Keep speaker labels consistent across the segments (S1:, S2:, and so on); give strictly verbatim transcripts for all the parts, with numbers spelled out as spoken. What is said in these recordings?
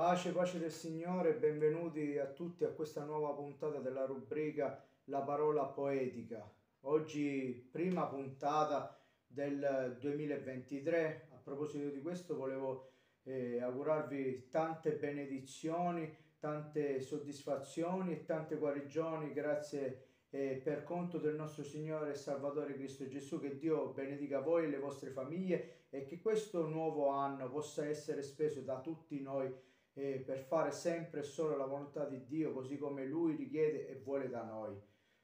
S1: Pace, pace del Signore, benvenuti a tutti a questa nuova puntata della rubrica La parola poetica. Oggi prima puntata del duemilaventitré. A proposito di questo volevo eh, augurarvi tante benedizioni, tante soddisfazioni e tante guarigioni, grazie eh, per conto del nostro Signore e Salvatore Cristo Gesù. Che Dio benedica voi e le vostre famiglie e che questo nuovo anno possa essere speso da tutti noi eh, per fare sempre e solo la volontà di Dio, così come Lui richiede e vuole da noi.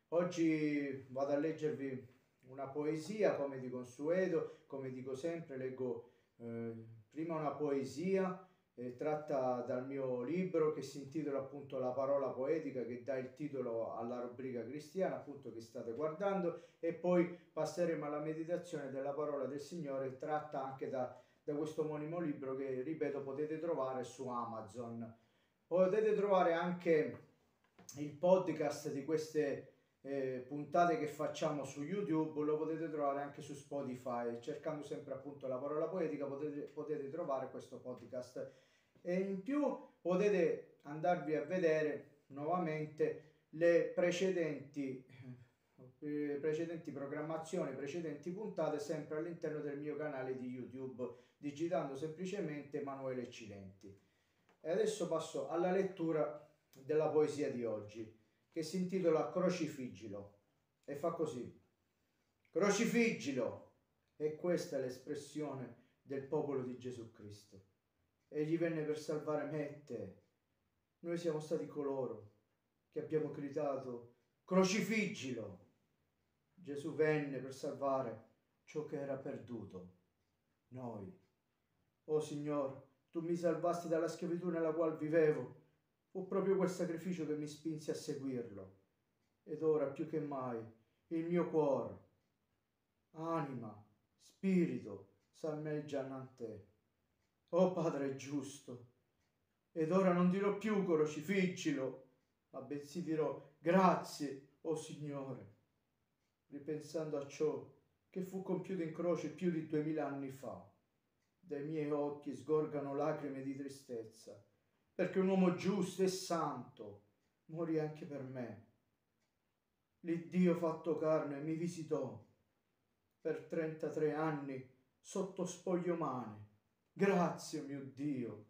S1: Oggi vado a leggervi una poesia, come di consueto, come dico sempre, leggo eh, prima una poesia eh, tratta dal mio libro che si intitola appunto La parola poetica, che dà il titolo alla rubrica cristiana appunto che state guardando, e poi passeremo alla meditazione della parola del Signore tratta anche da da questo omonimo libro che, ripeto, potete trovare su Amazon. Potete trovare anche il podcast di queste eh, puntate che facciamo su YouTube, lo potete trovare anche su Spotify, cercando sempre appunto la parola poetica potete, potete trovare questo podcast. E in più potete andarvi a vedere nuovamente le precedenti precedenti programmazioni, precedenti puntate sempre all'interno del mio canale di YouTube, digitando semplicemente Emanuele Cilenti. E adesso passo alla lettura della poesia di oggi, che si intitola Crocifiggilo, e fa così: Crocifiggilo! E questa è l'espressione del popolo di Gesù Cristo. Egli venne per salvare me e te. Noi siamo stati coloro che abbiamo gridato Crocifiggilo! Gesù venne per salvare ciò che era perduto, noi. Oh Signore, tu mi salvasti dalla schiavitù nella quale vivevo. Fu proprio quel sacrificio che mi spinse a seguirlo. Ed ora più che mai il mio cuore, anima, spirito s'ammeggiano a te. Oh Padre giusto, ed ora non dirò più crocifiggilo, ma bensì dirò grazie, oh Signore, ripensando a ciò che fu compiuto in croce più di duemila anni fa. Dai miei occhi sgorgano lacrime di tristezza, perché un uomo giusto e santo morì anche per me. L'Iddio fatto carne mi visitò per trentatré anni sotto spoglio umane. Grazie, mio Dio.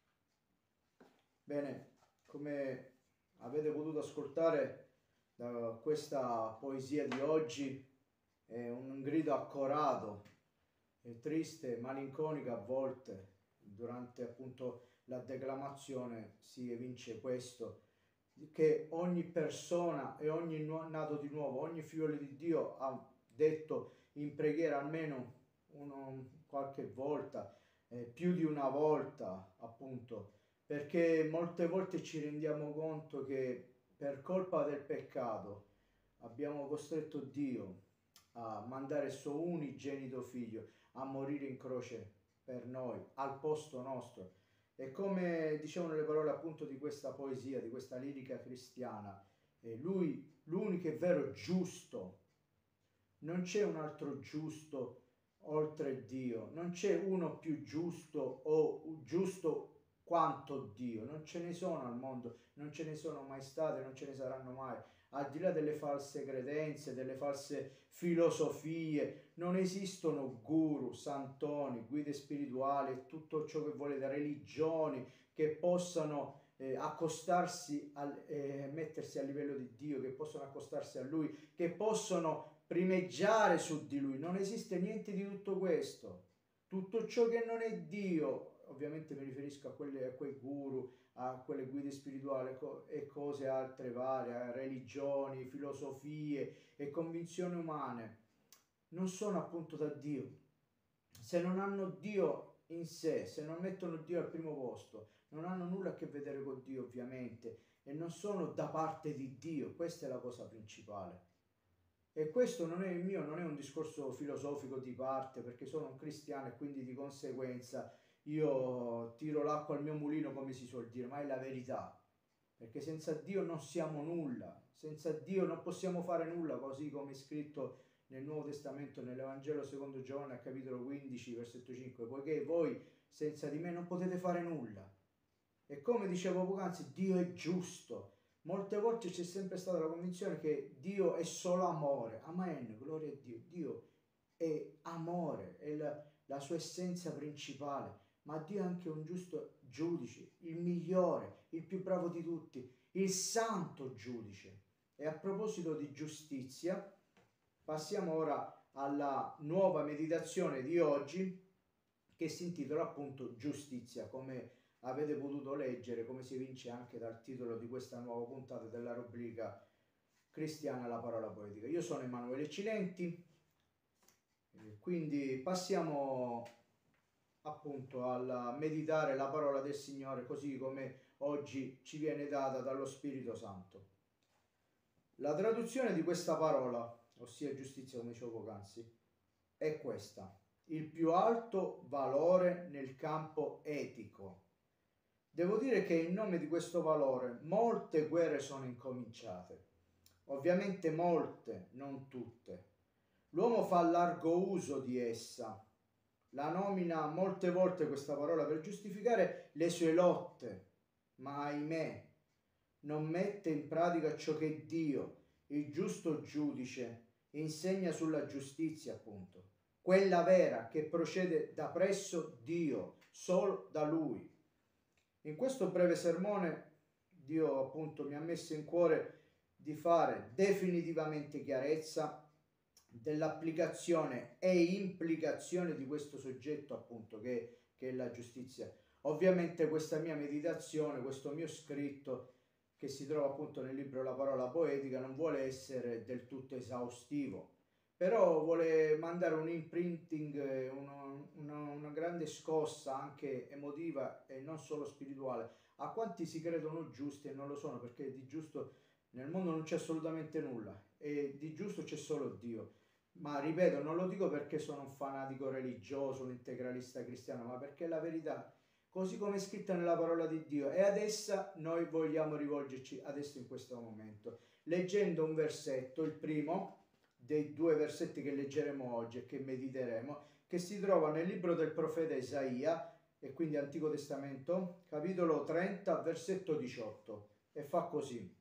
S1: Bene, come avete potuto ascoltare da questa poesia di oggi, è un grido accorato, è triste, malinconico a volte. Durante appunto la declamazione si evince questo, che ogni persona e ogni nato di nuovo, ogni figlio di Dio ha detto in preghiera almeno uno, qualche volta, eh, più di una volta appunto, perché molte volte ci rendiamo conto che per colpa del peccato abbiamo costretto Dio a mandare il suo unigenito figlio a morire in croce per noi, al posto nostro. E come dicevano le parole appunto di questa poesia, di questa lirica cristiana, eh, lui, l'unico e vero giusto, non c'è un altro giusto oltre Dio, non c'è uno più giusto o giusto quanto Dio, non ce ne sono al mondo, non ce ne sono mai state, non ce ne saranno mai. Al di là delle false credenze, delle false filosofie, non esistono guru, santoni, guide spirituali e tutto ciò che volete, religioni che possano eh, accostarsi, al, eh, mettersi a livello di Dio, che possono accostarsi a Lui, che possono primeggiare su di Lui. Non esiste niente di tutto questo. Tutto ciò che non è Dio, ovviamente mi riferisco a, quelle, a quei guru, a quelle guide spirituali e cose altre varie, a religioni, filosofie e convinzioni umane, non sono appunto da Dio. Se non hanno Dio in sé, se non mettono Dio al primo posto, non hanno nulla a che vedere con Dio ovviamente, e non sono da parte di Dio. Questa è la cosa principale. E questo non è il mio, non è un discorso filosofico di parte, perché sono un cristiano e quindi di conseguenza io tiro l'acqua al mio mulino, come si suol dire, ma è la verità. Perché senza Dio non siamo nulla, senza Dio non possiamo fare nulla, così come è scritto nel Nuovo Testamento, nell'Evangelo secondo Giovanni, a capitolo quindici, versetto cinque, poiché voi senza di me non potete fare nulla. E come dicevo poc'anzi, Dio è giusto. Molte volte c'è sempre stata la convinzione che Dio è solo amore. Amen, gloria a Dio. Dio è amore, è la, la sua essenza principale. Ma Dio è anche un giusto giudice, il migliore, il più bravo di tutti, il santo giudice. E a proposito di giustizia, passiamo ora alla nuova meditazione di oggi, che si intitola appunto Giustizia, come avete potuto leggere, come si evince anche dal titolo di questa nuova puntata della rubrica Cristiana la parola poetica. Io sono Emanuele Cilenti, quindi passiamo appunto a meditare la parola del Signore così come oggi ci viene data dallo Spirito Santo. La traduzione di questa parola, ossia giustizia, come dicevo poc'anzi, è questa: il più alto valore nel campo etico. Devo dire che in nome di questo valore molte guerre sono incominciate, ovviamente molte, non tutte. L'uomo fa largo uso di essa, la nomina molte volte questa parola per giustificare le sue lotte, ma ahimè non mette in pratica ciò che Dio, il giusto giudice, insegna sulla giustizia, appunto, quella vera che procede da presso Dio, solo da Lui. In questo breve sermone Dio appunto mi ha messo in cuore di fare definitivamente chiarezza dell'applicazione e implicazione di questo soggetto appunto che, che è la giustizia. Ovviamente questa mia meditazione, questo mio scritto che si trova appunto nel libro La parola poetica non vuole essere del tutto esaustivo, però vuole mandare un imprinting, uno, una, una grande scossa anche emotiva e non solo spirituale a quanti si credono giusti e non lo sono, perché di giusto nel mondo non c'è assolutamente nulla e di giusto c'è solo Dio. Ma ripeto, non lo dico perché sono un fanatico religioso, un integralista cristiano, ma perché la verità, così come è scritta nella parola di Dio, e ad essa noi vogliamo rivolgerci adesso in questo momento, leggendo un versetto, il primo dei due versetti che leggeremo oggi e che mediteremo, che si trova nel libro del profeta Isaia, e quindi Antico Testamento, capitolo trenta, versetto diciotto, e fa così: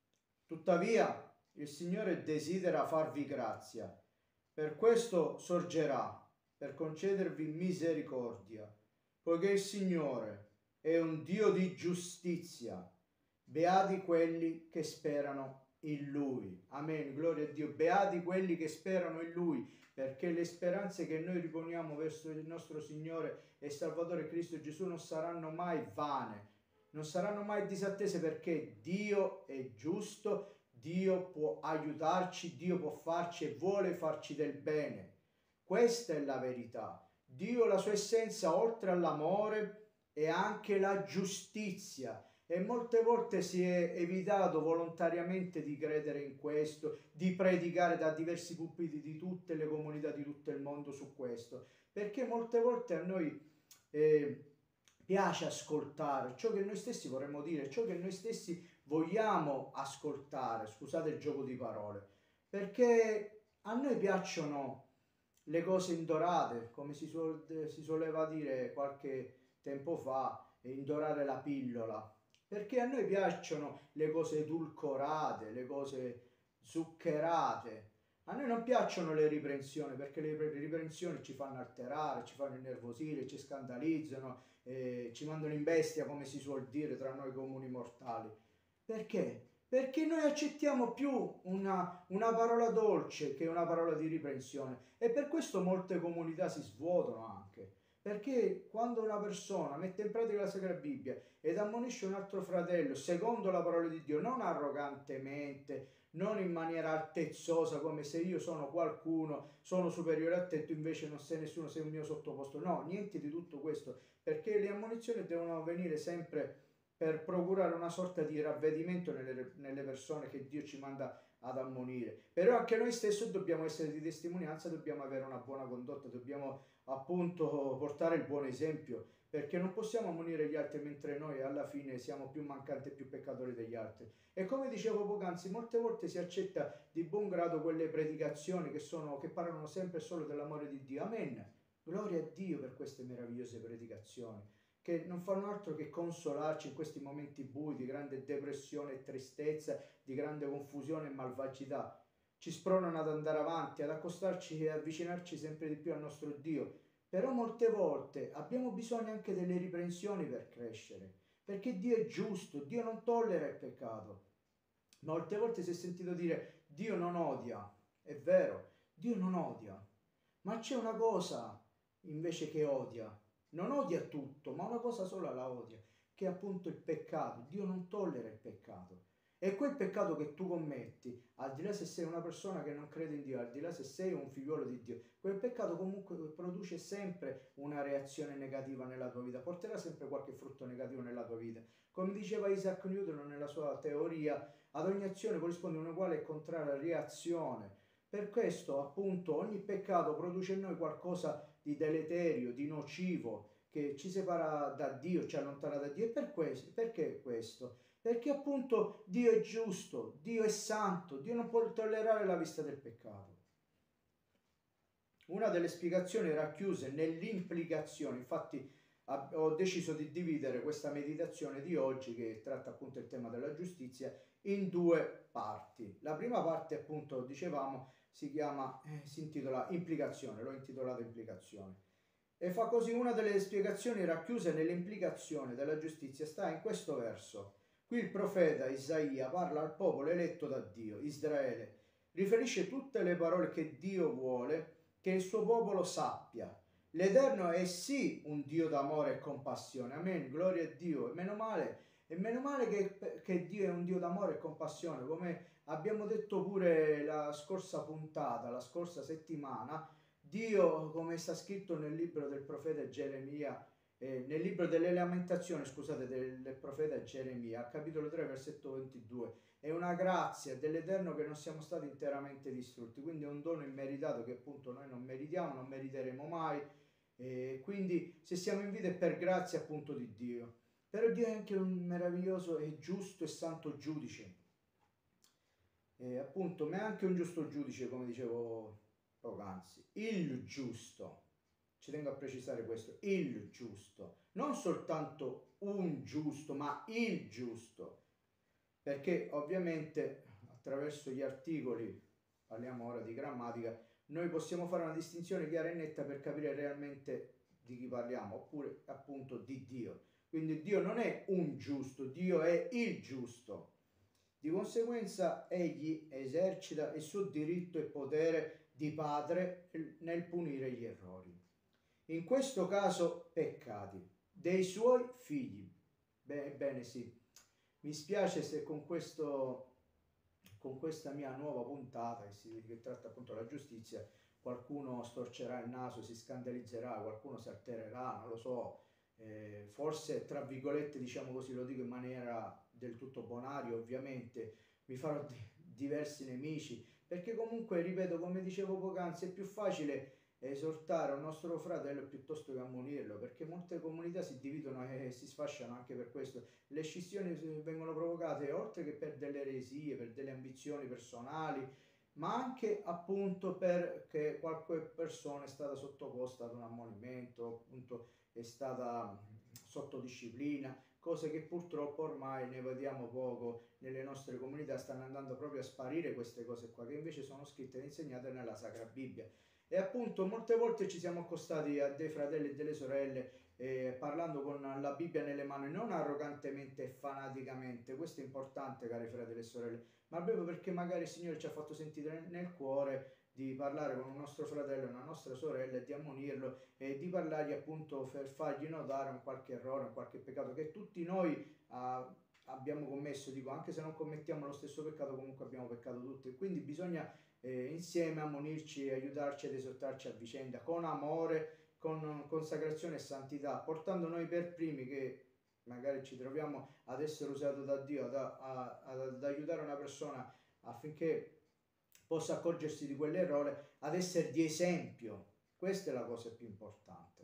S1: tuttavia il Signore desidera farvi grazia, per questo sorgerà, per concedervi misericordia, poiché il Signore è un Dio di giustizia. Beati quelli che sperano in Lui. Amen, gloria a Dio. Beati quelli che sperano in Lui, perché le speranze che noi riponiamo verso il nostro Signore e Salvatore Cristo Gesù non saranno mai vane, non saranno mai disattese, perché Dio è giusto, Dio può aiutarci, Dio può farci e vuole farci del bene. Questa è la verità. Dio, la sua essenza, oltre all'amore, è anche la giustizia. E molte volte si è evitato volontariamente di credere in questo, di predicare da diversi pulpiti di tutte le comunità di tutto il mondo su questo, perché molte volte a noi eh, piace ascoltare ciò che noi stessi vorremmo dire, ciò che noi stessi vogliamo ascoltare, scusate il gioco di parole, perché a noi piacciono le cose indorate, come si, suol, si soleva dire qualche tempo fa, indorare la pillola, perché a noi piacciono le cose edulcorate, le cose zuccherate. A noi non piacciono le riprensioni, perché le riprensioni ci fanno alterare, ci fanno innervosire, ci scandalizzano, eh, ci mandano in bestia, come si suol dire tra noi comuni mortali. Perché? Perché noi accettiamo più una, una parola dolce che una parola di riprensione, e per questo molte comunità si svuotano anche. Perché quando una persona mette in pratica la Sacra Bibbia ed ammonisce un altro fratello secondo la parola di Dio, non arrogantemente, non in maniera altezzosa, come se io sono qualcuno, sono superiore a te, tu invece non sei nessuno, sei un mio sottoposto. No, niente di tutto questo, perché le ammonizioni devono avvenire sempre per procurare una sorta di ravvedimento nelle, nelle persone che Dio ci manda ad ammonire. Però anche noi stessi dobbiamo essere di testimonianza, dobbiamo avere una buona condotta, dobbiamo appunto portare il buon esempio, perché non possiamo ammonire gli altri mentre noi alla fine siamo più mancanti e più peccatori degli altri. E come dicevo poc'anzi, molte volte si accetta di buon grado quelle predicazioni che, sono, che parlano sempre e solo dell'amore di Dio. Amen. Gloria a Dio per queste meravigliose predicazioni. che non fanno altro che consolarci in questi momenti bui di grande depressione e tristezza, di grande confusione e malvagità. Ci spronano ad andare avanti, ad accostarci e avvicinarci sempre di più al nostro Dio. Però molte volte abbiamo bisogno anche delle riprensioni per crescere, perché Dio è giusto, Dio non tollera il peccato. Molte volte si è sentito dire Dio non odia, è vero, Dio non odia, ma c'è una cosa invece che odia, non odia tutto, ma una cosa sola la odia, che è appunto il peccato. Dio non tollera il peccato. E quel peccato che tu commetti, al di là se sei una persona che non crede in Dio, al di là se sei un figliolo di Dio, quel peccato comunque produce sempre una reazione negativa nella tua vita, porterà sempre qualche frutto negativo nella tua vita. Come diceva Isaac Newton nella sua teoria, ad ogni azione corrisponde un'uguale e contraria reazione. Per questo, appunto, ogni peccato produce in noi qualcosa di deleterio, di nocivo, che ci separa da Dio, ci allontana da Dio. E per questo, perché questo? Perché appunto Dio è giusto, Dio è santo, Dio non può tollerare la vista del peccato. Una delle spiegazioni racchiuse nell'implicazione, infatti ho deciso di dividere questa meditazione di oggi, che tratta appunto il tema della giustizia, in due parti. La prima parte, appunto, dicevamo, si chiama, eh, si intitola Implicazione, l'ho intitolata Implicazione. E fa così: una delle spiegazioni racchiuse nell'implicazione della giustizia sta in questo verso. Qui il profeta Isaia parla al popolo eletto da Dio, Israele, riferisce tutte le parole che Dio vuole che il suo popolo sappia. L'Eterno è sì un Dio d'amore e compassione, amen, gloria a Dio, e meno male, e meno male che, che Dio è un Dio d'amore e compassione, come abbiamo detto pure la scorsa puntata, la scorsa settimana. Dio, come sta scritto nel libro del profeta Geremia, eh, nel libro delle lamentazioni, scusate, del, del profeta Geremia, al capitolo tre, versetto ventidue, è una grazia dell'Eterno che non siamo stati interamente distrutti, quindi è un dono immeritato che appunto noi non meritiamo, non meriteremo mai, e quindi se siamo in vita è per grazia appunto di Dio. Però Dio è anche un meraviglioso e giusto e santo giudice, e appunto, ma è anche un giusto giudice, come dicevo poc'anzi, il giusto. Ci tengo a precisare questo, il giusto, non soltanto un giusto, ma il giusto, perché ovviamente attraverso gli articoli, parliamo ora di grammatica, noi possiamo fare una distinzione chiara e netta per capire realmente di chi parliamo, oppure appunto di Dio. Quindi Dio non è un giusto, Dio è il giusto. Di conseguenza egli esercita il suo diritto e potere di padre nel punire gli errori. In questo caso peccati dei suoi figli. Beh, bene, sì. Mi spiace se con, questo, con questa mia nuova puntata, che, si, che tratta appunto della giustizia, qualcuno storcerà il naso, si scandalizzerà, qualcuno si altererà, non lo so. Eh, forse, tra virgolette, diciamo così, lo dico in maniera del tutto bonaria, ovviamente, mi farò di, diversi nemici, perché comunque, ripeto, come dicevo poc'anzi, è più facile esortare un nostro fratello piuttosto che ammonirlo, perché molte comunità si dividono e si sfasciano anche per questo. Le scissioni vengono provocate oltre che per delle eresie, per delle ambizioni personali, ma anche appunto perché qualche persona è stata sottoposta ad un ammonimento, appunto è stata sotto disciplina, cose che purtroppo ormai ne vediamo poco nelle nostre comunità. Stanno andando proprio a sparire queste cose qua, che invece sono scritte e insegnate nella Sacra Bibbia. E appunto molte volte ci siamo accostati a dei fratelli e delle sorelle eh, parlando con la Bibbia nelle mani, non arrogantemente e fanaticamente. Questo è importante, cari fratelli e sorelle, ma proprio perché magari il Signore ci ha fatto sentire nel cuore di parlare con un nostro fratello, una nostra sorella, e di ammonirlo e di parlargli appunto per fargli notare un qualche errore, un qualche peccato che tutti noi uh, abbiamo commesso. Dico, anche se non commettiamo lo stesso peccato, comunque abbiamo peccato tutti, e quindi bisogna eh, insieme ammonirci, aiutarci ed esortarci a vicenda con amore, con consacrazione e santità, portando noi per primi, che magari ci troviamo ad essere usati da Dio ad, a, ad, ad aiutare una persona affinché possa accorgersi di quell'errore, ad essere di esempio. Questa è la cosa più importante.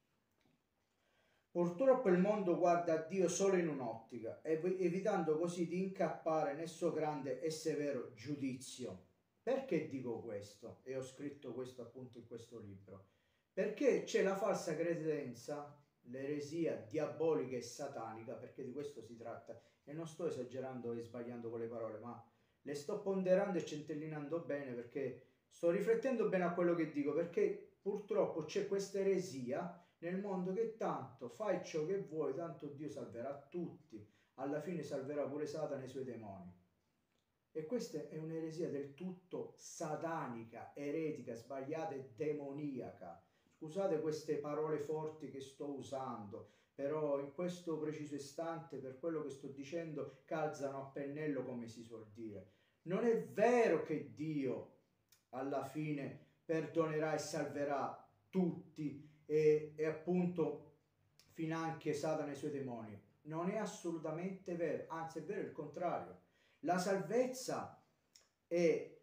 S1: Purtroppo il mondo guarda a Dio solo in un'ottica, evitando così di incappare nel suo grande e severo giudizio. Perché dico questo? E ho scritto questo appunto in questo libro. Perché c'è la falsa credenza l'eresia diabolica e satanica, perché di questo si tratta, e non sto esagerando e sbagliando con le parole, ma le sto ponderando e centellinando bene, perché sto riflettendo bene a quello che dico, perché purtroppo c'è questa eresia nel mondo che tanto fai ciò che vuoi, tanto Dio salverà tutti, alla fine salverà pure Satana e i suoi demoni. E questa è un'eresia del tutto satanica, eretica, sbagliata e demoniaca. Scusate queste parole forti che sto usando, però in questo preciso istante, per quello che sto dicendo, calzano a pennello, come si suol dire. Non è vero che Dio alla fine perdonerà e salverà tutti e, e appunto finanche Satana e i suoi demoni. Non è assolutamente vero, anzi è vero il contrario. La salvezza è,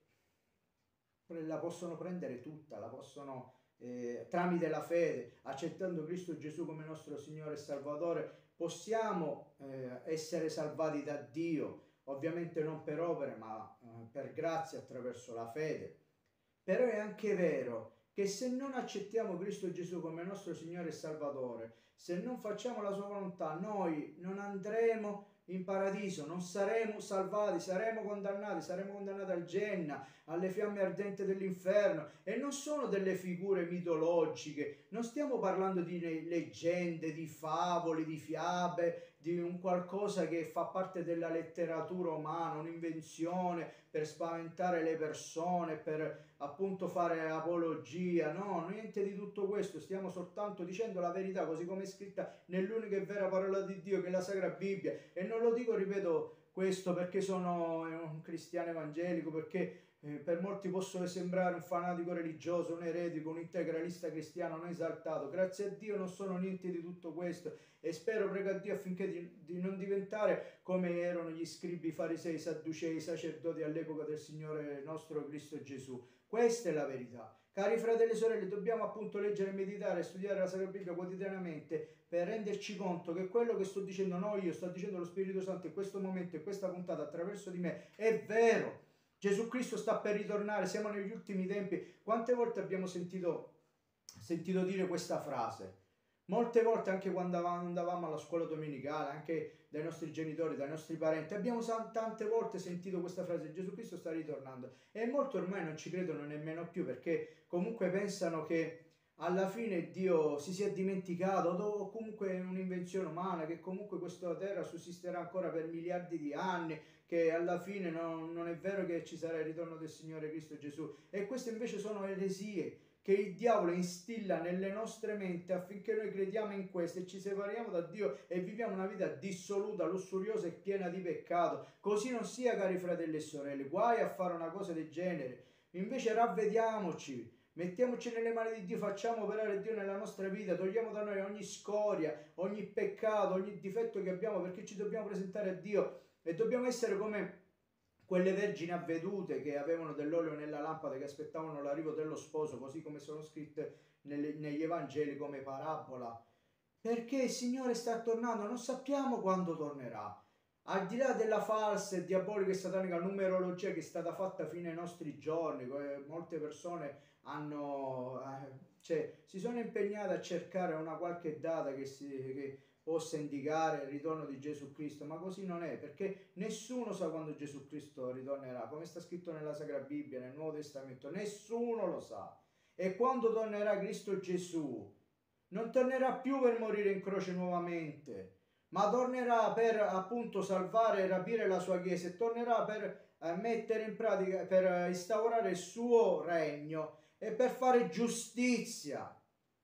S1: la possono prendere tutta, la possono eh, tramite la fede, accettando Cristo Gesù come nostro Signore e Salvatore, possiamo eh, essere salvati da Dio, ovviamente non per opere, ma eh, per grazia attraverso la fede. Però è anche vero che se non accettiamo Cristo Gesù come nostro Signore e Salvatore, se non facciamo la sua volontà, noi non andremo in paradiso, non saremo salvati, saremo condannati, saremo condannati al Genna, alle fiamme ardenti dell'inferno. E non sono delle figure mitologiche, non stiamo parlando di leggende, di favole, di fiabe, di un qualcosa che fa parte della letteratura umana, un'invenzione per spaventare le persone, per appunto fare apologia. No, niente di tutto questo, stiamo soltanto dicendo la verità così come è scritta nell'unica e vera parola di Dio, che è la Sacra Bibbia. E non lo dico, ripeto, questo perché sono un cristiano evangelico, perché eh, per molti posso sembrare un fanatico religioso, un eretico, un integralista cristiano non esaltato. Grazie a Dio non sono niente di tutto questo, e spero, prego a Dio affinché di, di non diventare come erano gli scribi, i farisei, i sadducei, i sacerdoti all'epoca del Signore nostro Cristo Gesù. Questa è la verità. Cari fratelli e sorelle, dobbiamo appunto leggere, meditare e studiare la Sacra Bibbia quotidianamente per renderci conto che quello che sto dicendo, no io, sto dicendo lo Spirito Santo in questo momento, in questa puntata, attraverso di me, è vero. Gesù Cristo sta per ritornare, siamo negli ultimi tempi. Quante volte abbiamo sentito, sentito dire questa frase? Molte volte, anche quando andavamo alla scuola domenicale, anche dai nostri genitori, dai nostri parenti, abbiamo tante volte sentito questa frase: Gesù Cristo sta ritornando. E molti ormai non ci credono nemmeno più, perché comunque pensano che alla fine Dio si sia dimenticato, o comunque è un'invenzione umana, che comunque questa terra sussisterà ancora per miliardi di anni, che alla fine non, non è vero che ci sarà il ritorno del Signore Cristo Gesù. E queste invece sono eresie che il diavolo instilla nelle nostre menti affinché noi crediamo in questo e ci separiamo da Dio e viviamo una vita dissoluta, lussuriosa e piena di peccato. Così non sia, cari fratelli e sorelle, guai a fare una cosa del genere. Invece ravvediamoci, mettiamoci nelle mani di Dio, facciamo operare Dio nella nostra vita, togliamo da noi ogni scoria, ogni peccato, ogni difetto che abbiamo, perché ci dobbiamo presentare a Dio e dobbiamo essere come quelle vergini avvedute che avevano dell'olio nella lampada, che aspettavano l'arrivo dello sposo, così come sono scritte nelle, negli Evangeli come parabola. Perché il Signore sta tornando, non sappiamo quando tornerà. Al di là della falsa e diabolica e satanica numerologia che è stata fatta fino ai nostri giorni, molte persone hanno, cioè, si sono impegnate a cercare una qualche data che si... Che, possa indicare il ritorno di Gesù Cristo, ma così non è, perché nessuno sa quando Gesù Cristo ritornerà, come sta scritto nella Sacra Bibbia, nel Nuovo Testamento, nessuno lo sa. E quando tornerà Cristo Gesù, non tornerà più per morire in croce nuovamente, ma tornerà per appunto salvare e rapire la sua Chiesa, e tornerà per eh, mettere in pratica, per instaurare il suo regno e per fare giustizia.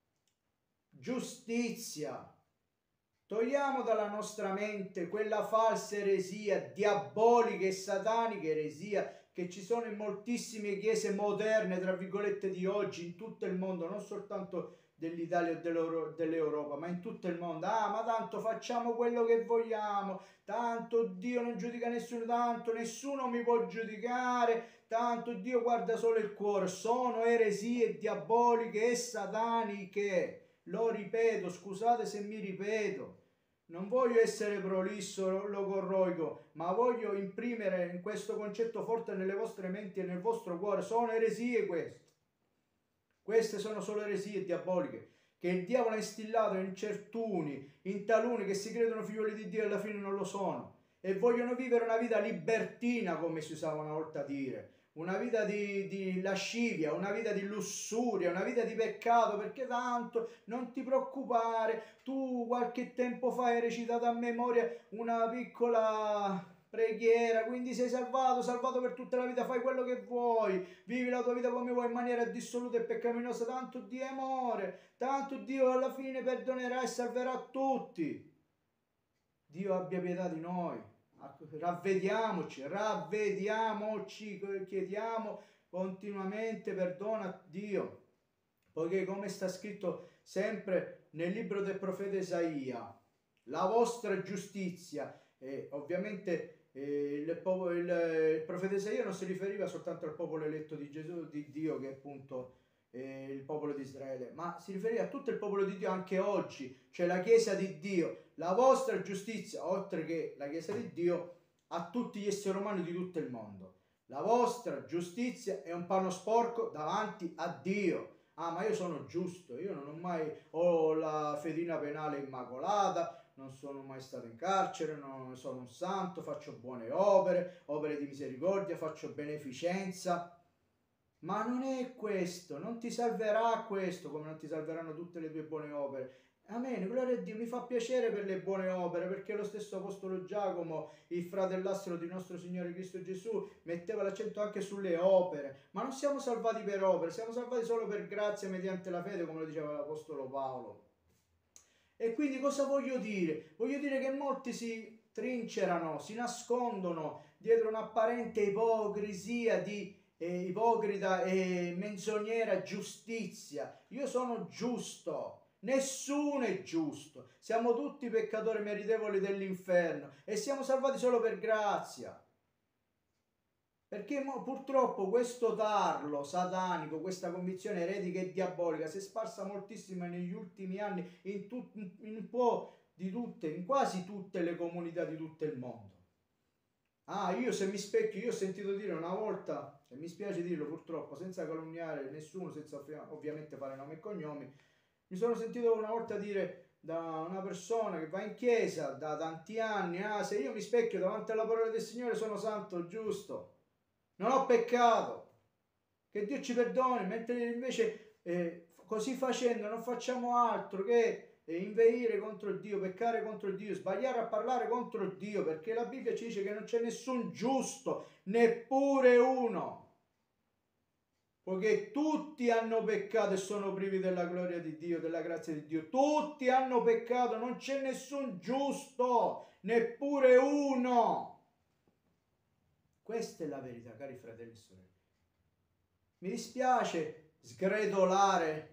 S1: Giustizia. Togliamo dalla nostra mente quella falsa eresia, diabolica e satanica eresia, che ci sono in moltissime chiese moderne, tra virgolette, di oggi, in tutto il mondo, non soltanto dell'Italia o dell'Europa, ma in tutto il mondo. Ah, ma tanto facciamo quello che vogliamo, tanto Dio non giudica nessuno, tanto nessuno mi può giudicare, tanto Dio guarda solo il cuore. Sono eresie diaboliche e sataniche. Lo ripeto, scusate se mi ripeto, non voglio essere prolisso, logorroico, ma voglio imprimere in questo concetto forte nelle vostre menti e nel vostro cuore. Sono eresie queste. Queste sono solo eresie diaboliche. che il diavolo ha instillato in certuni, in taluni che si credono figlioli di Dio e alla fine non lo sono, e vogliono vivere una vita libertina, come si usava una volta a dire, una vita di, di lascivia, una vita di lussuria, una vita di peccato, perché tanto non ti preoccupare, tu qualche tempo fa hai recitato a memoria una piccola preghiera, quindi sei salvato, salvato per tutta la vita, fai quello che vuoi, vivi la tua vita come vuoi in maniera dissoluta e peccaminosa, tanto Dio è amore, tanto Dio alla fine perdonerà e salverà tutti. Dio abbia pietà di noi. Ravvediamoci, ravvediamoci, chiediamo continuamente perdono a Dio, poiché come sta scritto sempre nel libro del profeta Isaia, la vostra giustizia, e ovviamente eh, il, popolo, il, il profeta Isaia non si riferiva soltanto al popolo eletto di Gesù, di Dio, che è appunto eh, il popolo di Israele, ma si riferiva a tutto il popolo di Dio anche oggi, cioè la Chiesa di Dio. La vostra giustizia, oltre che la Chiesa di Dio, a tutti gli esseri umani di tutto il mondo. La vostra giustizia è un panno sporco davanti a Dio. Ah, ma io sono giusto, io non ho mai ho la fedina penale immacolata, non sono mai stato in carcere, non sono un santo, faccio buone opere, opere di misericordia, faccio beneficenza. Ma non è questo, non ti salverà questo, come non ti salveranno tutte le tue buone opere. Amen, gloria a Dio, mi fa piacere per le buone opere, perché lo stesso Apostolo Giacomo, il fratellastro di nostro Signore Cristo Gesù, metteva l'accento anche sulle opere. Ma non siamo salvati per opere, siamo salvati solo per grazia mediante la fede, come lo diceva l'Apostolo Paolo. E quindi cosa voglio dire? Voglio dire che molti si trincerano, si nascondono dietro un'apparente ipocrisia di eh, ipocrita e menzognera giustizia. Io sono giusto. Nessuno è giusto, siamo tutti peccatori meritevoli dell'inferno e siamo salvati solo per grazia. Perché purtroppo questo tarlo satanico, questa convinzione eretica e diabolica si è sparsa moltissimo negli ultimi anni in, tut, in un po' di tutte, in quasi tutte le comunità di tutto il mondo. Ah, io se mi specchio, io ho sentito dire una volta, e mi spiace dirlo purtroppo, senza calunniare nessuno, senza ovviamente fare nomi e cognomi, mi sono sentito una volta dire da una persona che va in chiesa da tanti anni, ah, se io mi specchio davanti alla parola del Signore sono santo, giusto, non ho peccato, che Dio ci perdoni, mentre invece eh, così facendo non facciamo altro che eh, inveire contro Dio, peccare contro Dio, sbagliare a parlare contro Dio, perché la Bibbia ci dice che non c'è nessun giusto, neppure uno. Poiché tutti hanno peccato e sono privi della gloria di Dio, della grazia di Dio. Tutti hanno peccato, non c'è nessun giusto, neppure uno. Questa è la verità, cari fratelli e sorelle. Mi dispiace sgretolare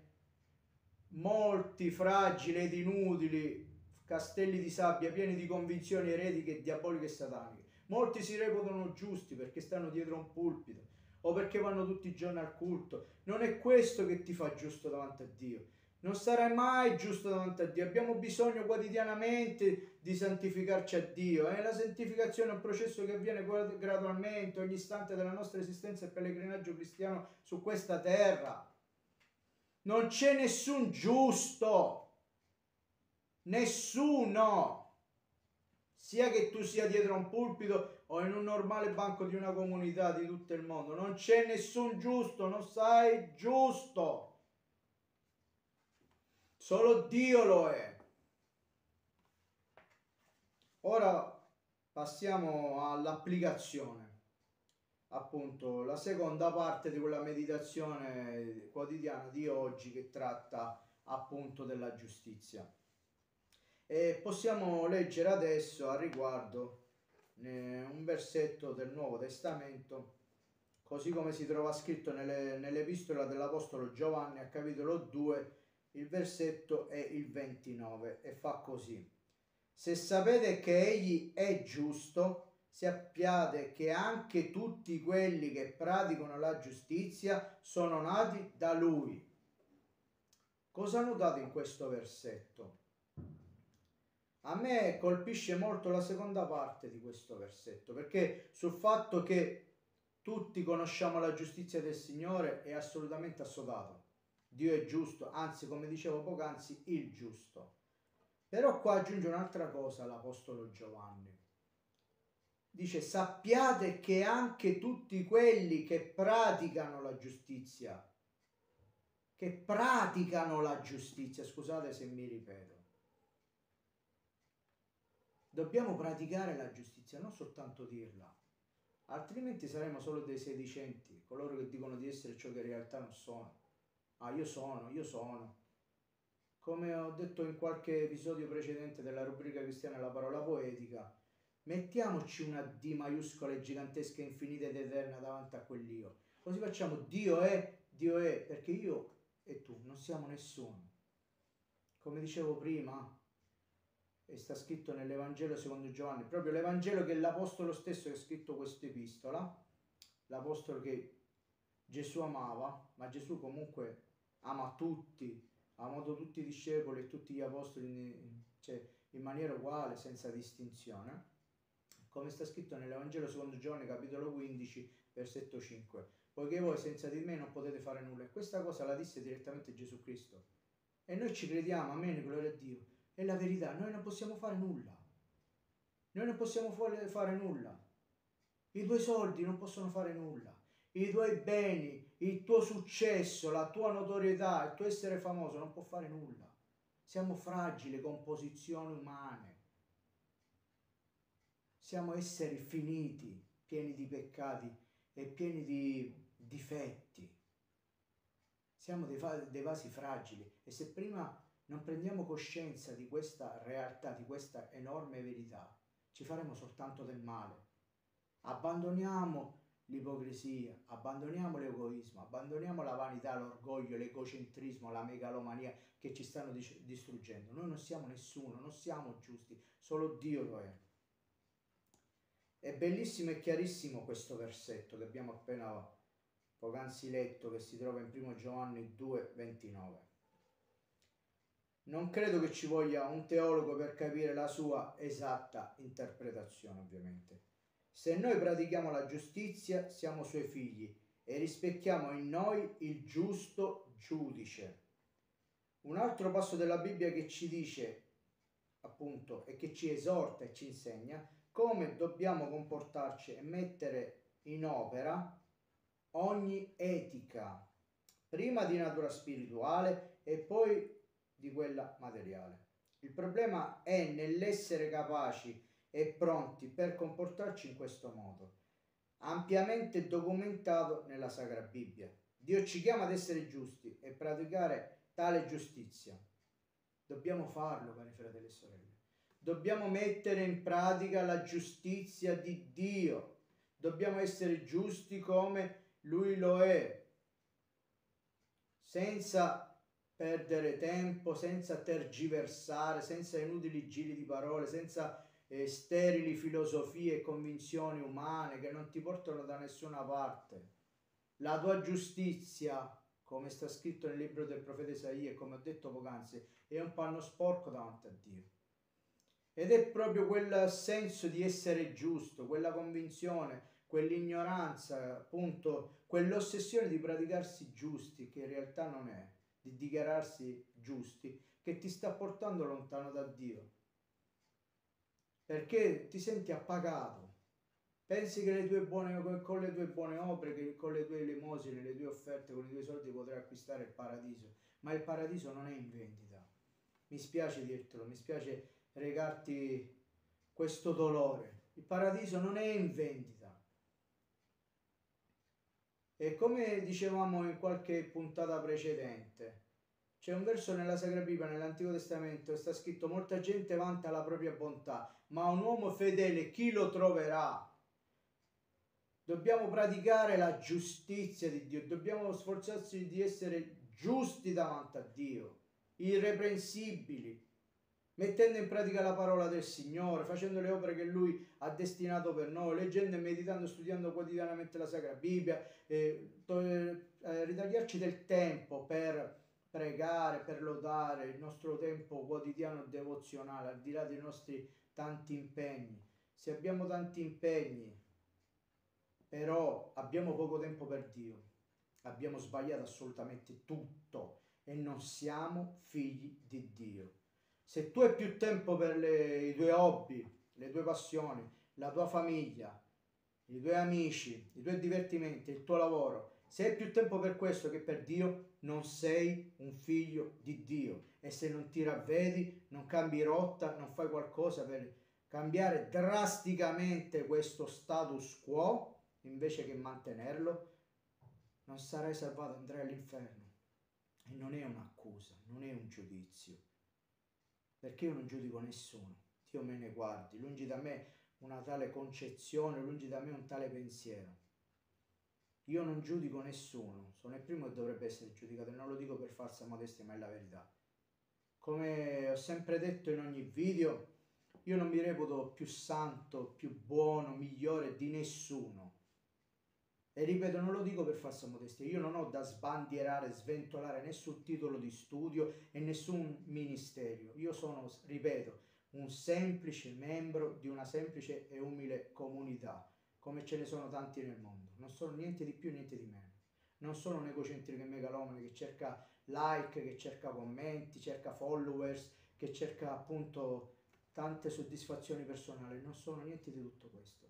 S1: molti fragili ed inutili castelli di sabbia pieni di convinzioni eretiche, diaboliche e sataniche. Molti si reputano giusti perché stanno dietro un pulpito o perché vanno tutti i giorni al culto. Non è questo che ti fa giusto davanti a Dio. Non sarai mai giusto davanti a Dio. Abbiamo bisogno quotidianamente di santificarci a Dio. Eh? La santificazione è un processo che avviene gradualmente, ogni istante della nostra esistenza e pellegrinaggio cristiano su questa terra. Non c'è nessun giusto. Nessuno. Sia che tu sia dietro a un pulpito o in un normale banco di una comunità di tutto il mondo, non c'è nessun giusto, non sei giusto. Solo Dio lo è. Ora passiamo all'applicazione. Appunto, la seconda parte di quella meditazione quotidiana di oggi che tratta appunto della giustizia. E possiamo leggere adesso a riguardo eh, un versetto del Nuovo Testamento, così come si trova scritto nelle, nell'epistola dell'Apostolo Giovanni a capitolo due, il versetto è il ventinove e fa così: se sapete che egli è giusto, sappiate che anche tutti quelli che praticano la giustizia sono nati da lui. Cosa notate in questo versetto? A me colpisce molto la seconda parte di questo versetto, perché sul fatto che tutti conosciamo la giustizia del Signore è assolutamente assodato. Dio è giusto, anzi, come dicevo poc'anzi, il giusto. Però qua aggiunge un'altra cosa l'Apostolo Giovanni. Dice, sappiate che anche tutti quelli che praticano la giustizia, che praticano la giustizia, scusate se mi ripeto, dobbiamo praticare la giustizia, non soltanto dirla, altrimenti saremo solo dei sedicenti, coloro che dicono di essere ciò che in realtà non sono. Ah, io sono, io sono. Come ho detto in qualche episodio precedente della rubrica cristiana La parola poetica, mettiamoci una D maiuscola gigantesca, infinita ed eterna davanti a quell'io. Così facciamo Dio è, Dio è, perché io e tu non siamo nessuno. Come dicevo prima, e sta scritto nell'Evangelo secondo Giovanni, proprio l'Evangelo che è l'Apostolo stesso che ha scritto questa epistola, l'Apostolo che Gesù amava, ma Gesù comunque ama tutti, ha amato tutti i discepoli e tutti gli apostoli in, cioè, in maniera uguale, senza distinzione, come sta scritto nell'Evangelo secondo Giovanni capitolo quindici versetto cinque, poiché voi senza di me non potete fare nulla. E questa cosa la disse direttamente Gesù Cristo e noi ci crediamo, amen, gloria a Dio. È la verità, noi non possiamo fare nulla, noi non possiamo fare nulla, i tuoi soldi non possono fare nulla, i tuoi beni, il tuo successo, la tua notorietà, il tuo essere famoso non può fare nulla. Siamo fragili composizioni umane, siamo esseri finiti, pieni di peccati e pieni di difetti. Siamo dei, dei vasi fragili e se prima non prendiamo coscienza di questa realtà, di questa enorme verità, ci faremo soltanto del male. Abbandoniamo l'ipocrisia, abbandoniamo l'egoismo, abbandoniamo la vanità, l'orgoglio, l'egocentrismo, la megalomania che ci stanno distruggendo. Noi non siamo nessuno, non siamo giusti, solo Dio lo è. È bellissimo e chiarissimo questo versetto che abbiamo appena poc'anzi letto, che si trova in primo Giovanni due ventinove. Non credo che ci voglia un teologo per capire la sua esatta interpretazione, ovviamente. Se noi pratichiamo la giustizia, siamo suoi figli e rispecchiamo in noi il giusto giudice. Un altro passo della Bibbia che ci dice, appunto, e che ci esorta e ci insegna come dobbiamo comportarci e mettere in opera ogni etica, prima di natura spirituale e poi di quella materiale. Il problema è nell'essere capaci e pronti per comportarci in questo modo, ampiamente documentato nella Sacra Bibbia. Dio ci chiama ad essere giusti e praticare tale giustizia. Dobbiamo farlo, cari fratelli e sorelle. Dobbiamo mettere in pratica la giustizia di Dio. Dobbiamo essere giusti come Lui lo è, senza perdere tempo, senza tergiversare, senza inutili giri di parole, senza eh, sterili filosofie e convinzioni umane che non ti portano da nessuna parte. La tua giustizia, come sta scritto nel libro del profeta Isaia e come ho detto poc'anzi, è un panno sporco davanti a Dio. Ed è proprio quel senso di essere giusto, quella convinzione, quell'ignoranza, appunto, quell'ossessione di praticarsi giusti, che in realtà non è, di dichiararsi giusti, che ti sta portando lontano da Dio. Perché ti senti appagato. Pensi che le tue buone, con le tue buone opere, che con le tue elemosine, le tue offerte, con i tuoi soldi potrai acquistare il paradiso. Ma il paradiso non è in vendita. Mi spiace dirtelo, mi spiace recarti questo dolore. Il paradiso non è in vendita. E come dicevamo in qualche puntata precedente, c'è un verso nella Sacra Bibbia, nell'Antico Testamento, sta scritto: molta gente vanta la propria bontà, ma un uomo fedele chi lo troverà? Dobbiamo praticare la giustizia di Dio, dobbiamo sforzarci di essere giusti davanti a Dio, irreprensibili, mettendo in pratica la parola del Signore, facendo le opere che Lui ha destinato per noi, leggendo e meditando, studiando quotidianamente la Sacra Bibbia, eh, eh, ritagliarci del tempo per pregare, per lodare, il nostro tempo quotidiano devozionale, al di là dei nostri tanti impegni. Se abbiamo tanti impegni, però abbiamo poco tempo per Dio, abbiamo sbagliato assolutamente tutto. e non siamo figli di Dio. Se tu hai più tempo per le, i tuoi hobby, le tue passioni, la tua famiglia, i tuoi amici, i tuoi divertimenti, il tuo lavoro, se hai più tempo per questo che per Dio, non sei un figlio di Dio. E se non ti ravvedi, non cambi rotta, non fai qualcosa per cambiare drasticamente questo status quo, invece che mantenerlo, non sarai salvato, andrai all'inferno. E non è un'accusa, non è un giudizio, perché io non giudico nessuno, Dio me ne guardi, lungi da me una tale concezione, lungi da me un tale pensiero. Io non giudico nessuno, sono il primo che dovrebbe essere giudicato, e non lo dico per falsa modestia, ma è la verità. Come ho sempre detto in ogni video, io non mi reputo più santo, più buono, migliore di nessuno. E ripeto, non lo dico per falsa modestia, io non ho da sbandierare, sventolare nessun titolo di studio e nessun ministero. Io sono, ripeto, un semplice membro di una semplice e umile comunità, come ce ne sono tanti nel mondo. Non sono niente di più, niente di meno. Non sono un egocentrico e megalomane che cerca like, che cerca commenti, cerca followers, che cerca appunto tante soddisfazioni personali. Non sono niente di tutto questo.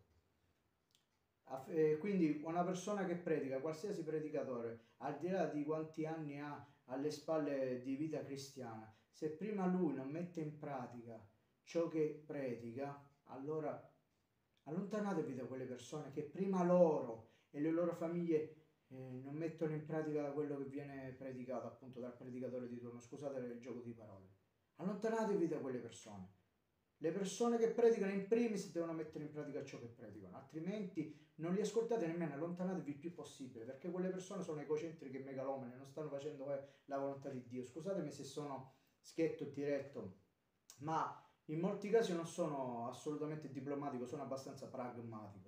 S1: Quindi una persona che predica, qualsiasi predicatore, al di là di quanti anni ha alle spalle di vita cristiana, se prima lui non mette in pratica ciò che predica, allora allontanatevi da quelle persone che prima loro e le loro famiglie eh, non mettono in pratica quello che viene predicato appunto dal predicatore di turno. Scusate il gioco di parole. Allontanatevi da quelle persone. Le persone che predicano in primis devono mettere in pratica ciò che predicano, altrimenti non li ascoltate nemmeno, allontanatevi il più possibile, perché quelle persone sono egocentriche e megalomane, non stanno facendo la volontà di Dio. Scusatemi se sono schietto e diretto, ma in molti casi non sono assolutamente diplomatico, sono abbastanza pragmatico,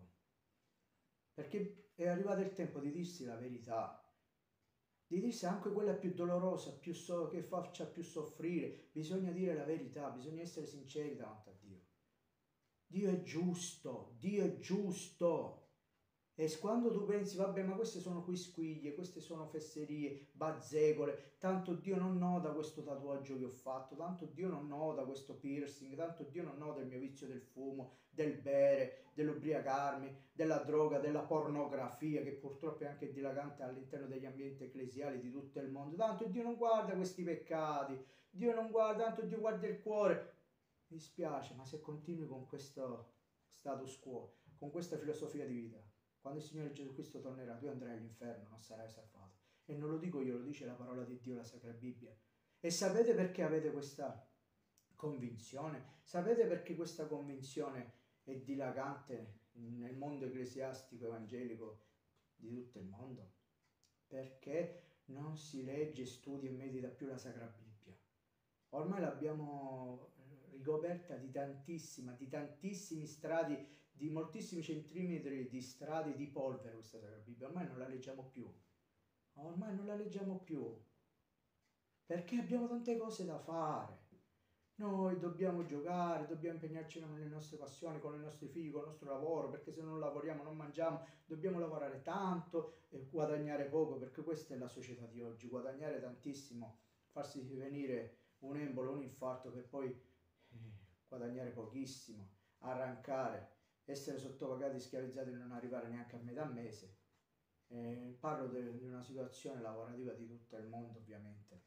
S1: perché è arrivato il tempo di dirsi la verità, di dirsi anche quella più dolorosa, più so, che faccia più soffrire. Bisogna dire la verità, bisogna essere sinceri davanti a Dio. Dio è giusto, Dio è giusto. E quando tu pensi, vabbè, ma queste sono quisquiglie, queste sono fesserie, bazzecole, tanto Dio non nota questo tatuaggio che ho fatto, tanto Dio non nota questo piercing, tanto Dio non nota il mio vizio del fumo, del bere, dell'ubriacarmi, della droga, della pornografia, che purtroppo è anche dilagante all'interno degli ambienti ecclesiali di tutto il mondo, tanto Dio non guarda questi peccati, Dio non guarda, tanto Dio guarda il cuore. Mi dispiace, ma se continui con questo status quo, con questa filosofia di vita, quando il Signore Gesù Cristo tornerà, tu andrai all'inferno, non sarai salvato. E non lo dico io, lo dice la parola di Dio, la Sacra Bibbia. E sapete perché avete questa convinzione? Sapete perché questa convinzione è dilagante nel mondo ecclesiastico evangelico di tutto il mondo? Perché non si legge, studia e medita più la Sacra Bibbia. Ormai l'abbiamo ricoperta di tantissima, di tantissimi strati, di moltissimi centimetri di strati di polvere questa Sacra Bibbia. Ormai non la leggiamo più. Ormai non la leggiamo più. Perché abbiamo tante cose da fare. Noi dobbiamo giocare, dobbiamo impegnarci nelle nostre passioni, con i nostri figli, con il nostro lavoro, perché se non lavoriamo non mangiamo, dobbiamo lavorare tanto e guadagnare poco, perché questa è la società di oggi, guadagnare tantissimo, farsi venire un embolo, un infarto per poi eh, guadagnare pochissimo, arrancare, essere sottopagati, schiavizzati e non arrivare neanche a metà mese. Eh, parlo di una situazione lavorativa di tutto il mondo, ovviamente.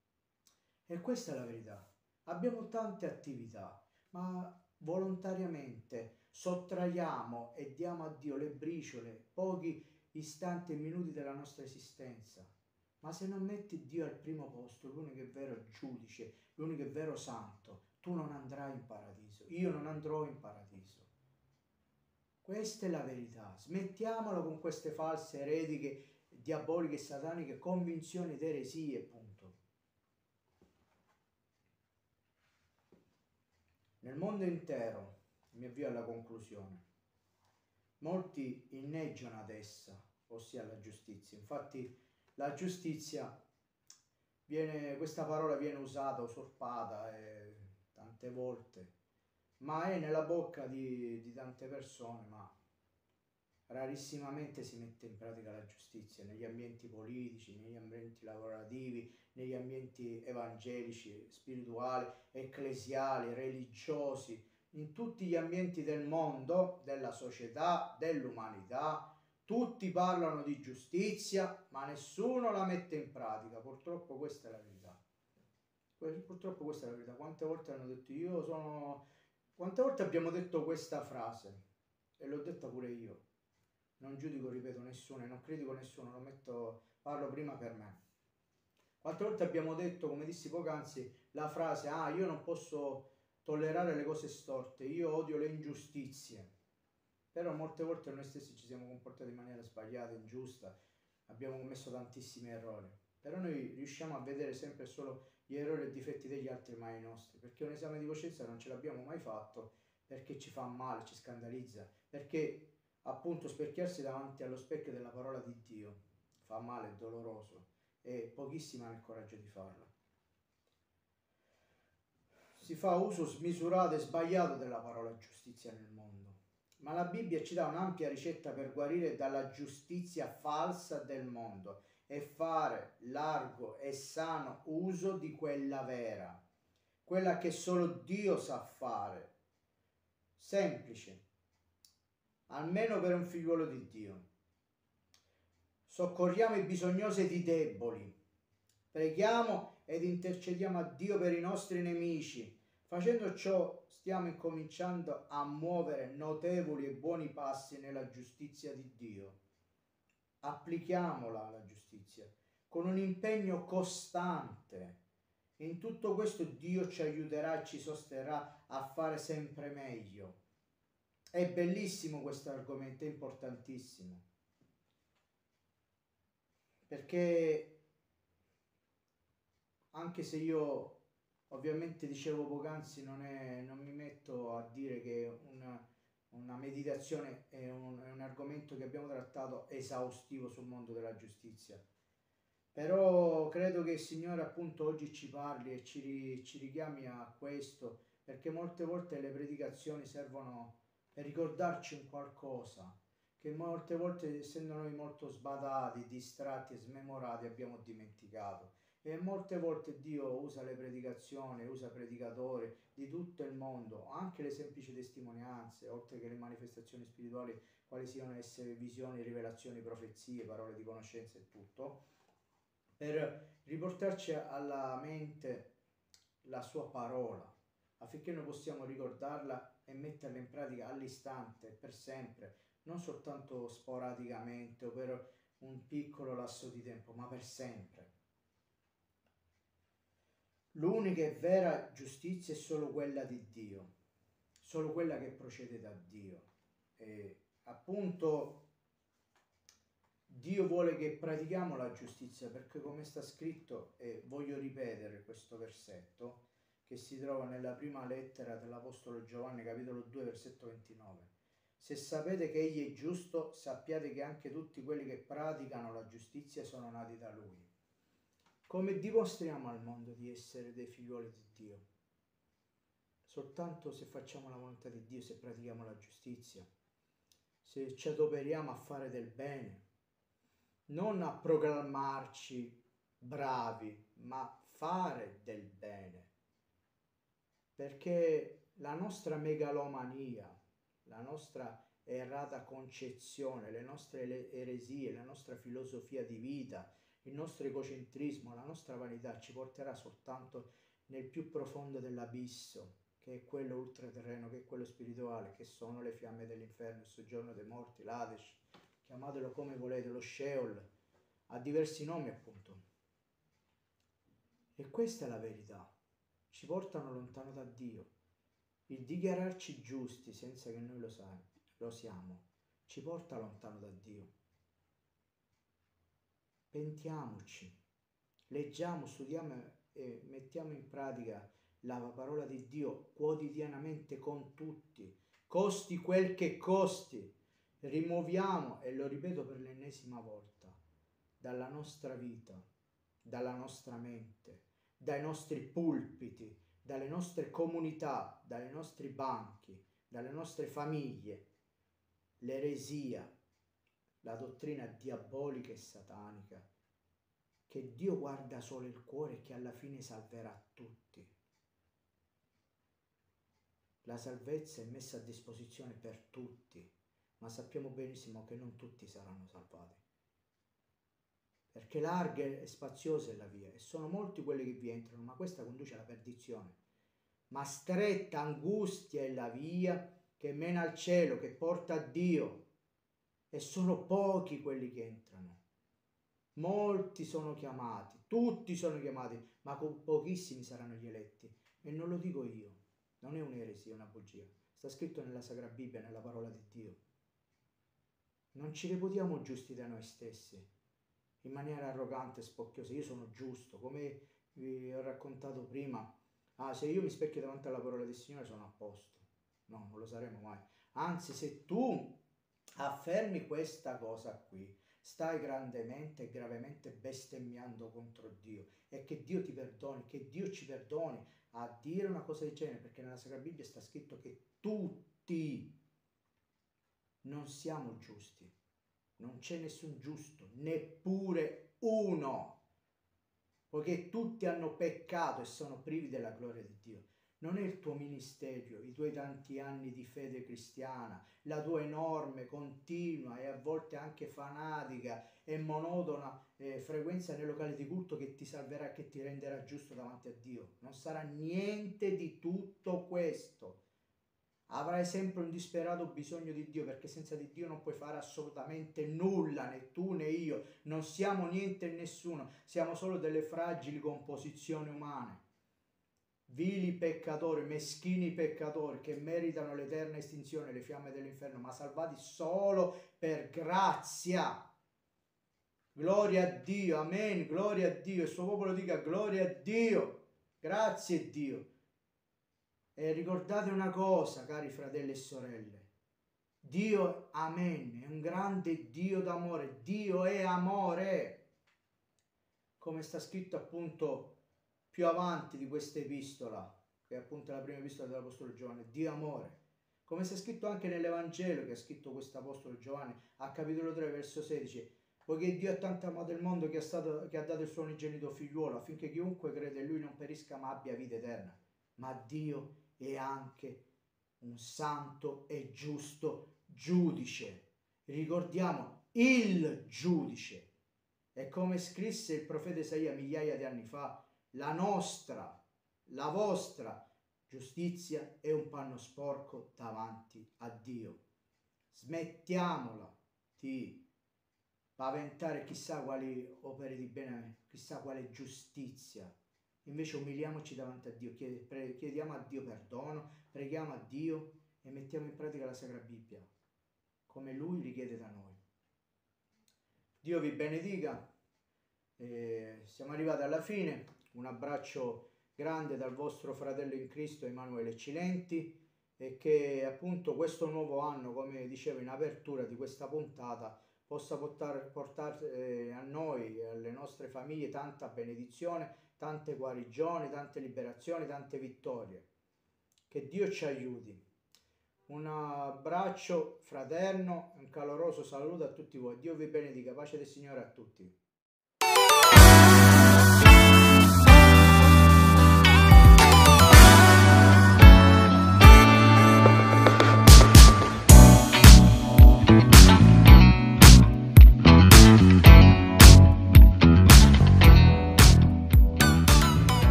S1: E questa è la verità. Abbiamo tante attività, ma volontariamente sottraiamo e diamo a Dio le briciole, pochi istanti e minuti della nostra esistenza. Ma se non metti Dio al primo posto, l'unico e vero giudice, l'unico e vero santo, tu non andrai in paradiso, io non andrò in paradiso. Questa è la verità. Smettiamolo con queste false, eretiche, diaboliche e sataniche convinzioni ed eresie, punto. Nel mondo intero, mi avvio alla conclusione, molti inneggiano ad essa, ossia alla giustizia. Infatti la giustizia, viene, questa parola viene usata, usurpata eh, tante volte, ma è nella bocca di, di tante persone, ma rarissimamente si mette in pratica la giustizia negli ambienti politici, negli ambienti lavorativi, negli ambienti evangelici, spirituali, ecclesiali, religiosi, in tutti gli ambienti del mondo, della società, dell'umanità. Tutti parlano di giustizia, ma nessuno la mette in pratica. Purtroppo questa è la verità. Purtroppo questa è la verità. Quante volte hanno detto io sono... Quante volte abbiamo detto questa frase? E l'ho detta pure io. Non giudico, ripeto, nessuno e non critico nessuno, lo metto, parlo prima per me. Quante volte abbiamo detto, come dissi poc'anzi, la frase ah, io non posso tollerare le cose storte, io odio le ingiustizie. Però molte volte noi stessi ci siamo comportati in maniera sbagliata, ingiusta, abbiamo commesso tantissimi errori. Però noi riusciamo a vedere sempre solo gli errori e i difetti degli altri, mai i nostri, perché un esame di coscienza non ce l'abbiamo mai fatto, perché ci fa male, ci scandalizza, perché appunto specchiarsi davanti allo specchio della parola di Dio fa male, è doloroso e pochissimi hanno il coraggio di farlo. Si fa uso smisurato e sbagliato della parola giustizia nel mondo, ma la Bibbia ci dà un'ampia ricetta per guarire dalla giustizia falsa del mondo e fare largo e sano uso di quella vera, quella che solo Dio sa fare, semplice, almeno per un figliuolo di Dio. Soccorriamo i bisognosi ed i deboli, preghiamo ed intercediamo a Dio per i nostri nemici. Facendo ciò stiamo incominciando a muovere notevoli e buoni passi nella giustizia di Dio. Applichiamola la giustizia con un impegno costante. In tutto questo Dio ci aiuterà e ci sosterrà a fare sempre meglio. È bellissimo questo argomento, è importantissimo, perché anche se io ovviamente dicevo poc'anzi non, è, non mi metto a dire che una, una meditazione è un, è un argomento che abbiamo trattato esaustivo sul mondo della giustizia, però credo che il Signore appunto oggi ci parli e ci, ci richiami a questo, perché molte volte le predicazioni servono per ricordarci un qualcosa che molte volte, essendo noi molto sbadati, distratti e smemorati, abbiamo dimenticato. E molte volte Dio usa le predicazioni, usa predicatori di tutto il mondo, anche le semplici testimonianze, oltre che le manifestazioni spirituali, quali siano esse visioni, rivelazioni, profezie, parole di conoscenza e tutto, per riportarci alla mente la sua parola, affinché noi possiamo ricordarla e metterla in pratica all'istante, per sempre, non soltanto sporadicamente o per un piccolo lasso di tempo, ma per sempre. L'unica e vera giustizia è solo quella di Dio, solo quella che procede da Dio. E appunto Dio vuole che pratichiamo la giustizia, perché come sta scritto, e voglio ripetere questo versetto, che si trova nella prima lettera dell'Apostolo Giovanni, capitolo due, versetto ventinove. Se sapete che Egli è giusto, sappiate che anche tutti quelli che praticano la giustizia sono nati da Lui. Come dimostriamo al mondo di essere dei figlioli di Dio? Soltanto se facciamo la volontà di Dio, se pratichiamo la giustizia, se ci adoperiamo a fare del bene, non a proclamarci bravi, ma fare del bene. Perché la nostra megalomania, la nostra errata concezione, le nostre eresie, la nostra filosofia di vita, il nostro egocentrismo, la nostra vanità ci porterà soltanto nel più profondo dell'abisso, che è quello ultraterreno, che è quello spirituale, che sono le fiamme dell'inferno, il soggiorno dei morti, l'Hades, chiamatelo come volete, lo Sheol, ha diversi nomi appunto. E questa è la verità, ci portano lontano da Dio. Il dichiararci giusti senza che noi lo, sai, lo siamo, ci porta lontano da Dio. Pentiamoci, leggiamo, studiamo e mettiamo in pratica la parola di Dio quotidianamente con tutti, costi quel che costi. Rimuoviamo, e lo ripeto per l'ennesima volta, dalla nostra vita, dalla nostra mente, dai nostri pulpiti, dalle nostre comunità, dai nostri banchi, dalle nostre famiglie, l'eresia, la dottrina diabolica e satanica, che Dio guarda solo il cuore e che alla fine salverà tutti. La salvezza è messa a disposizione per tutti, ma sappiamo benissimo che non tutti saranno salvati. Perché larga e spaziosa è la via e sono molti quelli che vi entrano, ma questa conduce alla perdizione. Ma stretta, angustia è la via che mena al cielo, che porta a Dio, e sono pochi quelli che entrano. Molti sono chiamati, tutti sono chiamati, ma con pochissimi saranno gli eletti. E non lo dico io, non è un'eresia, è una bugia. Sta scritto nella Sacra Bibbia, nella parola di Dio. Non ci reputiamo giusti da noi stessi, in maniera arrogante e spocchiosa. Io sono giusto, come vi ho raccontato prima. Ah, se io mi specchio davanti alla parola del Signore sono a posto. No, non lo saremo mai. Anzi, se tu affermi questa cosa qui, stai grandemente e gravemente bestemmiando contro Dio, e che Dio ti perdoni, che Dio ci perdoni a dire una cosa del genere, perché nella Sacra Bibbia sta scritto che tutti non siamo giusti, non c'è nessun giusto, neppure uno, poiché tutti hanno peccato e sono privi della gloria di Dio. Non è il tuo ministero, i tuoi tanti anni di fede cristiana, la tua enorme, continua e a volte anche fanatica e monotona eh, frequenza nei locali di culto che ti salverà e che ti renderà giusto davanti a Dio. Non sarà niente di tutto questo. Avrai sempre un disperato bisogno di Dio, perché senza di Dio non puoi fare assolutamente nulla, né tu né io. Non siamo niente e nessuno, siamo solo delle fragili composizioni umane. Vili peccatori, meschini peccatori che meritano l'eterna estinzione, le fiamme dell'inferno, ma salvati solo per grazia. Gloria a Dio, amen, gloria a Dio, il suo popolo dica gloria a Dio, grazie Dio. E ricordate una cosa, cari fratelli e sorelle, Dio, amen, è un grande Dio d'amore, Dio è amore, come sta scritto appunto più avanti di questa epistola, che è appunto la prima epistola dell'Apostolo Giovanni, Dio amore, come sta scritto anche nell'Evangelo che ha scritto quest'Apostolo Giovanni, a capitolo tre, verso sedici, poiché Dio ha tanto amato il mondo che ha, stato, che ha dato il suo unigenito figliuolo, affinché chiunque crede in Lui non perisca ma abbia vita eterna. Ma Dio è anche un santo e giusto giudice. Ricordiamo, il giudice. E come scrisse il profeta Isaia migliaia di anni fa, la nostra, la vostra giustizia è un panno sporco davanti a Dio. Smettiamola di paventare chissà quali opere di bene, chissà quale giustizia. Invece umiliamoci davanti a Dio, chiediamo a Dio perdono, preghiamo a Dio e mettiamo in pratica la Sacra Bibbia, come Lui richiede da noi. Dio vi benedica, eh, siamo arrivati alla fine, un abbraccio grande dal vostro fratello in Cristo Emanuele Cilenti, e che appunto questo nuovo anno, come dicevo in apertura di questa puntata, possa portare, portare eh, a noi e alle nostre famiglie tanta benedizione, tante guarigioni, tante liberazioni, tante vittorie. Che Dio ci aiuti. Un abbraccio fraterno, un caloroso saluto a tutti voi. Dio vi benedica, pace del Signore a tutti.